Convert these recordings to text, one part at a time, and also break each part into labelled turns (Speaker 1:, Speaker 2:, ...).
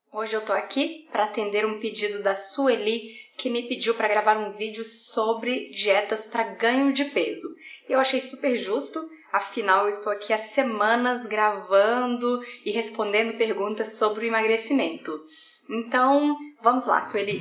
Speaker 1: Hoje eu tô aqui para atender um pedido da Sueli, que me pediu para gravar um vídeo sobre dietas para ganho de peso. Eu achei super justo, afinal eu estou aqui há semanas gravando e respondendo perguntas sobre o emagrecimento. Então, vamos lá, Sueli!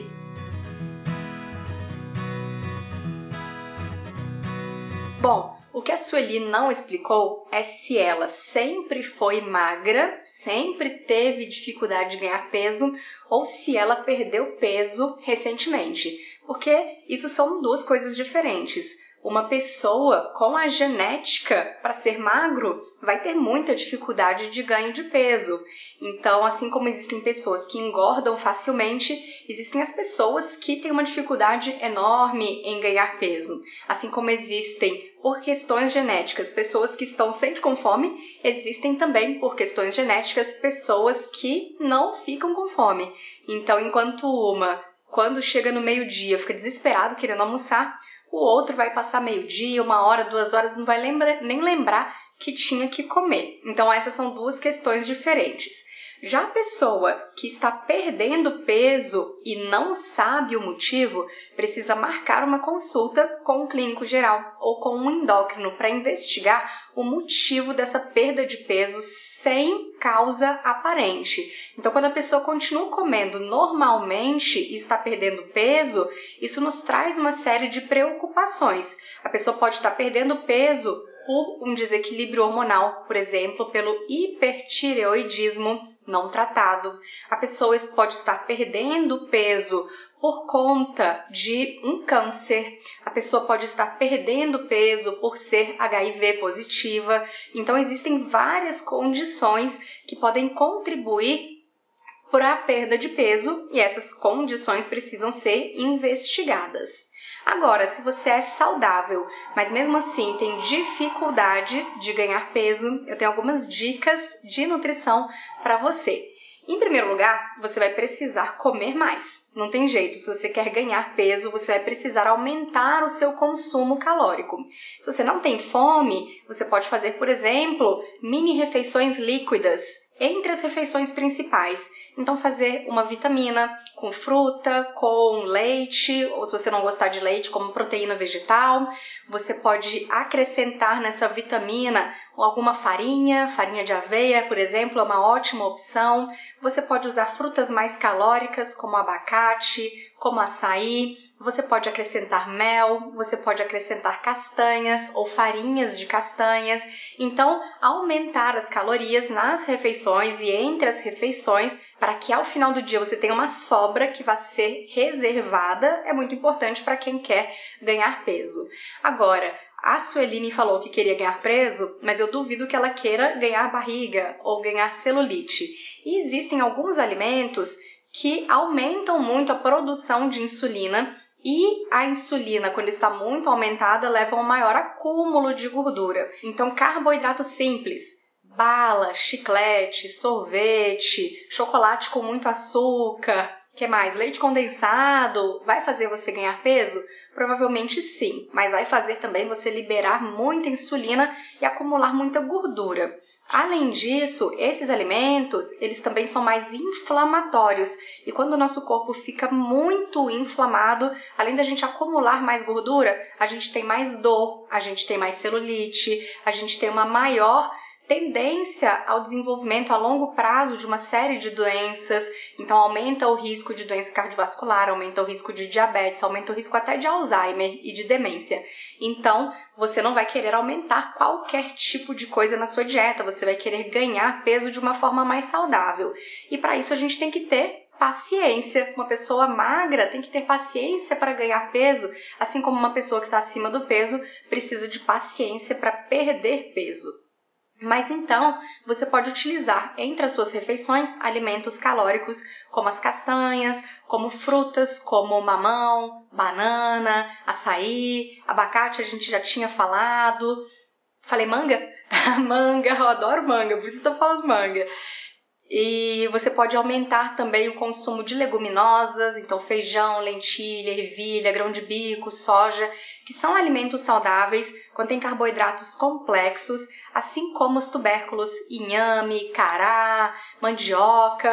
Speaker 1: Bom, o que a Sueli não explicou é se ela sempre foi magra, sempre teve dificuldade de ganhar peso ou se ela perdeu peso recentemente, porque isso são duas coisas diferentes. Uma pessoa com a genética para ser magro vai ter muita dificuldade de ganho de peso. Então, assim como existem pessoas que engordam facilmente, existem as pessoas que têm uma dificuldade enorme em ganhar peso. Assim como existem, por questões genéticas, pessoas que estão sempre com fome, existem também, por questões genéticas, pessoas que não ficam com fome. Então, enquanto uma, quando chega no meio-dia, fica desesperado querendo almoçar, o outro vai passar meio-dia, 1 hora, 2 horas, não vai nem lembrar que tinha que comer. Então, essas são duas questões diferentes. Já a pessoa que está perdendo peso e não sabe o motivo, precisa marcar uma consulta com um clínico geral ou com um endócrino para investigar o motivo dessa perda de peso sem causa aparente. Então, quando a pessoa continua comendo normalmente e está perdendo peso, isso nos traz uma série de preocupações. A pessoa pode estar perdendo peso por um desequilíbrio hormonal, por exemplo, pelo hipertireoidismo não tratado. A pessoa pode estar perdendo peso por conta de um câncer. A pessoa pode estar perdendo peso por ser HIV positiva. Então, existem várias condições que podem contribuir para a perda de peso e essas condições precisam ser investigadas. Agora, se você é saudável, mas mesmo assim tem dificuldade de ganhar peso, eu tenho algumas dicas de nutrição para você. Em primeiro lugar, você vai precisar comer mais. Não tem jeito, se você quer ganhar peso, você vai precisar aumentar o seu consumo calórico. Se você não tem fome, você pode fazer, por exemplo, mini refeições líquidas entre as refeições principais. Então, fazer uma vitamina com fruta, com leite, ou se você não gostar de leite, como proteína vegetal. Você pode acrescentar nessa vitamina alguma farinha de aveia, por exemplo, é uma ótima opção. Você pode usar frutas mais calóricas, como abacate, como açaí. Você pode acrescentar mel, você pode acrescentar castanhas ou farinhas de castanhas. Então, aumentar as calorias nas refeições e entre as refeições para que ao final do dia você tenha uma sobra que vai ser reservada, é muito importante para quem quer ganhar peso. Agora, a Sueli me falou que queria ganhar peso, mas eu duvido que ela queira ganhar barriga ou ganhar celulite. E existem alguns alimentos que aumentam muito a produção de insulina e a insulina, quando está muito aumentada, leva a um maior acúmulo de gordura. Então, carboidrato simples, bala, chiclete, sorvete, chocolate com muito açúcar, que mais? Leite condensado, vai fazer você ganhar peso? Provavelmente sim, mas vai fazer também você liberar muita insulina e acumular muita gordura. Além disso, esses alimentos, eles também são mais inflamatórios e quando o nosso corpo fica muito inflamado, além da gente acumular mais gordura, a gente tem mais dor, a gente tem mais celulite, a gente tem uma maior tendência ao desenvolvimento a longo prazo de uma série de doenças, então aumenta o risco de doença cardiovascular, aumenta o risco de diabetes, aumenta o risco até de Alzheimer e de demência. Então, você não vai querer aumentar qualquer tipo de coisa na sua dieta, você vai querer ganhar peso de uma forma mais saudável. E para isso a gente tem que ter paciência. Uma pessoa magra tem que ter paciência para ganhar peso, assim como uma pessoa que está acima do peso precisa de paciência para perder peso. Mas então, você pode utilizar entre as suas refeições alimentos calóricos como as castanhas, como frutas, como mamão, banana, açaí, abacate a gente já tinha falado. Falei manga? Manga, eu adoro manga, por isso estou falando manga. E você pode aumentar também o consumo de leguminosas, então feijão, lentilha, ervilha, grão de bico, soja, que são alimentos saudáveis, contêm carboidratos complexos, assim como os tubérculos inhame, cará, mandioca,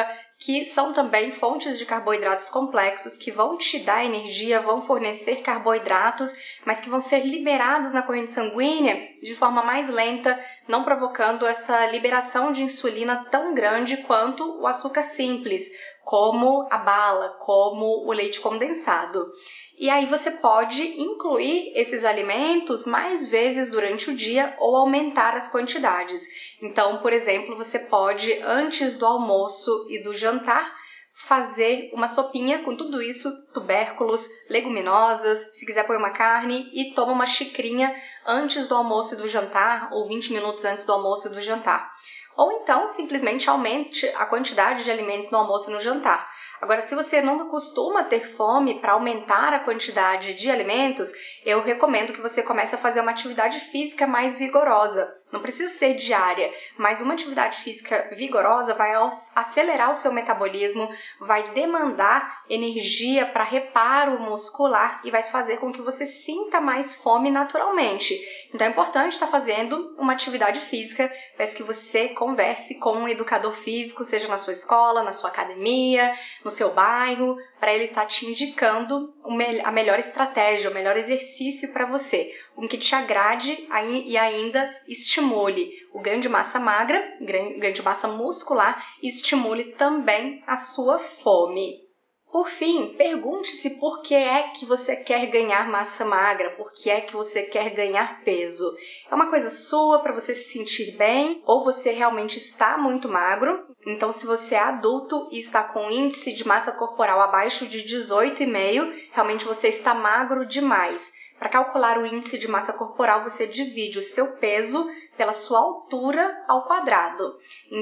Speaker 1: que são também fontes de carboidratos complexos que vão te dar energia, vão fornecer carboidratos, mas que vão ser liberados na corrente sanguínea de forma mais lenta, não provocando essa liberação de insulina tão grande quanto o açúcar simples, como a bala, como o leite condensado. E aí você pode incluir esses alimentos mais vezes durante o dia ou aumentar as quantidades. Então, por exemplo, você pode, antes do almoço e do jantar, fazer uma sopinha com tudo isso, tubérculos, leguminosas, se quiser pôr uma carne, e toma uma xicrinha antes do almoço e do jantar, ou 20 minutos antes do almoço e do jantar. Ou então, simplesmente aumente a quantidade de alimentos no almoço e no jantar. Agora, se você não costuma ter fome para aumentar a quantidade de alimentos, eu recomendo que você comece a fazer uma atividade física mais vigorosa. Não precisa ser diária, mas uma atividade física vigorosa vai acelerar o seu metabolismo, vai demandar energia para reparo muscular e vai fazer com que você sinta mais fome naturalmente. Então é importante estar fazendo uma atividade física. Peço que você converse com um educador físico, seja na sua escola, na sua academia, no seu bairro, para ele estar te indicando a melhor estratégia, o melhor exercício para você, um que te agrade e ainda estimule o ganho de massa magra, ganho de massa muscular e estimule também a sua fome. Por fim, pergunte-se por que é que você quer ganhar massa magra, por que é que você quer ganhar peso. É uma coisa sua para você se sentir bem ou você realmente está muito magro? Então, se você é adulto e está com índice de massa corporal abaixo de 18,5, realmente você está magro demais. Para calcular o índice de massa corporal, você divide o seu peso pela sua altura ao quadrado.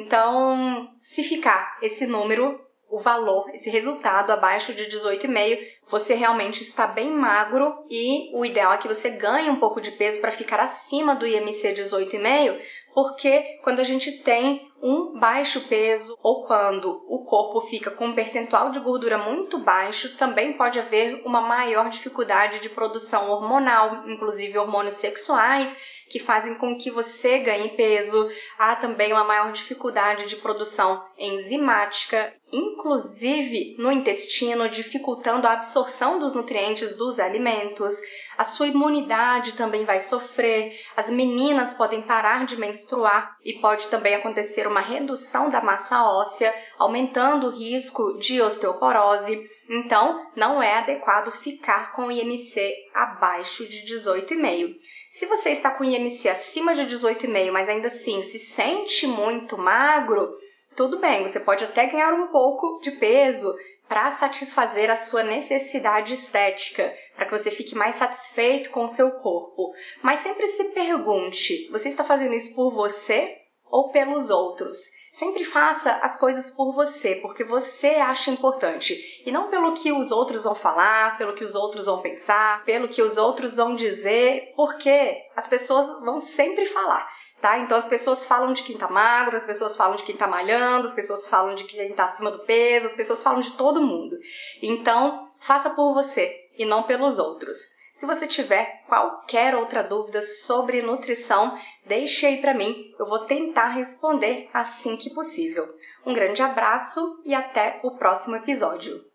Speaker 1: Então, se ficar esse número, o valor, esse resultado abaixo de 18,5, você realmente está bem magro e o ideal é que você ganhe um pouco de peso para ficar acima do IMC 18,5, porque quando a gente tem um baixo peso ou quando o corpo fica com um percentual de gordura muito baixo, também pode haver uma maior dificuldade de produção hormonal, inclusive hormônios sexuais, que fazem com que você ganhe peso. Há também uma maior dificuldade de produção enzimática, inclusive no intestino, dificultando a absorção dos nutrientes dos alimentos. A sua imunidade também vai sofrer, as meninas podem parar de menstruar e pode também acontecer uma redução da massa óssea, aumentando o risco de osteoporose. Então, não é adequado ficar com o IMC abaixo de 18,5. Se você está com o IMC acima de 18,5, mas ainda assim se sente muito magro, tudo bem, você pode até ganhar um pouco de peso para satisfazer a sua necessidade estética, para que você fique mais satisfeito com o seu corpo. Mas sempre se pergunte, você está fazendo isso por você ou pelos outros? Sempre faça as coisas por você, porque você acha importante, e não pelo que os outros vão falar, pelo que os outros vão pensar, pelo que os outros vão dizer, porque as pessoas vão sempre falar. Tá? Então as pessoas falam de quem tá magro, as pessoas falam de quem tá malhando, as pessoas falam de quem tá acima do peso, as pessoas falam de todo mundo. Então, faça por você e não pelos outros. Se você tiver qualquer outra dúvida sobre nutrição, deixe aí para mim, eu vou tentar responder assim que possível. Um grande abraço e até o próximo episódio.